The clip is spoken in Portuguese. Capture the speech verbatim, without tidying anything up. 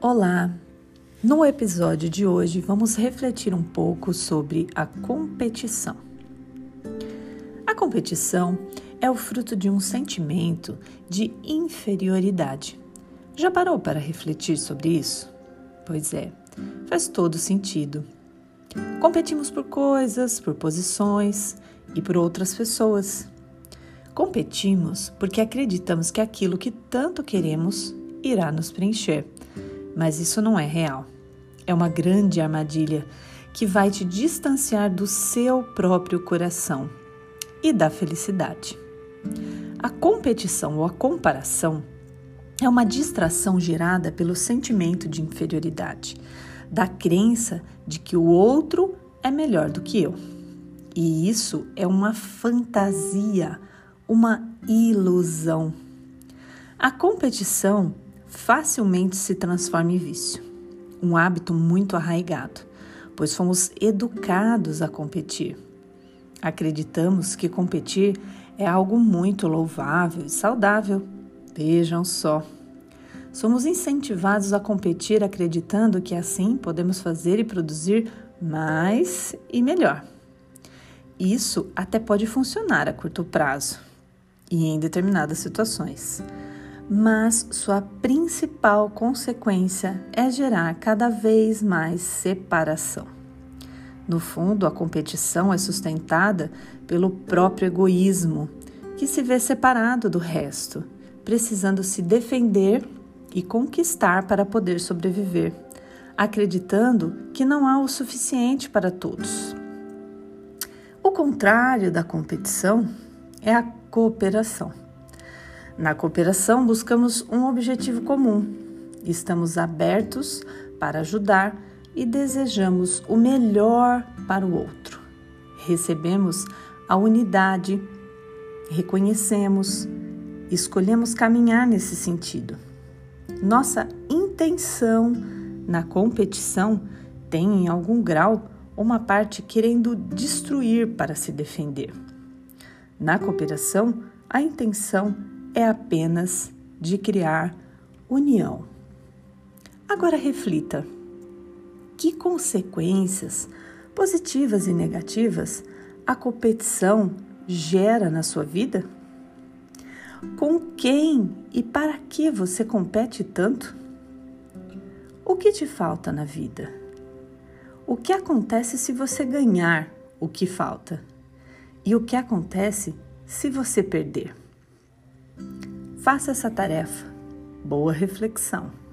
Olá! No episódio de hoje vamos refletir um pouco sobre a competição. A competição é o fruto de um sentimento de inferioridade. Já parou para refletir sobre isso? Pois é, faz todo sentido. Competimos por coisas, por posições e por outras pessoas. Competimos porque acreditamos que aquilo que tanto queremos irá nos preencher. Mas isso não é real. É uma grande armadilha que vai te distanciar do seu próprio coração e da felicidade. A competição ou a comparação é uma distração gerada pelo sentimento de inferioridade, da crença de que o outro é melhor do que eu. E isso é uma fantasia, uma ilusão. A competição facilmente se transforma em vício, um hábito muito arraigado, pois fomos educados a competir. Acreditamos que competir é algo muito louvável e saudável. Vejam só. Somos incentivados a competir acreditando que assim podemos fazer e produzir mais e melhor. Isso até pode funcionar a curto prazo e em determinadas situações. Mas sua principal consequência é gerar cada vez mais separação. No fundo, a competição é sustentada pelo próprio egoísmo, que se vê separado do resto, precisando se defender e conquistar para poder sobreviver, acreditando que não há o suficiente para todos. O contrário da competição é a cooperação. Na cooperação, buscamos um objetivo comum, estamos abertos para ajudar e desejamos o melhor para o outro. Recebemos a unidade, reconhecemos, escolhemos caminhar nesse sentido. Nossa intenção na competição tem, em algum grau, uma parte querendo destruir para se defender. Na cooperação, a intenção é apenas de criar união. Agora reflita, que consequências positivas e negativas a competição gera na sua vida? Com quem e para que você compete tanto? O que te falta na vida? O que acontece se você ganhar o que falta? E o que acontece se você perder? Faça essa tarefa. Boa reflexão.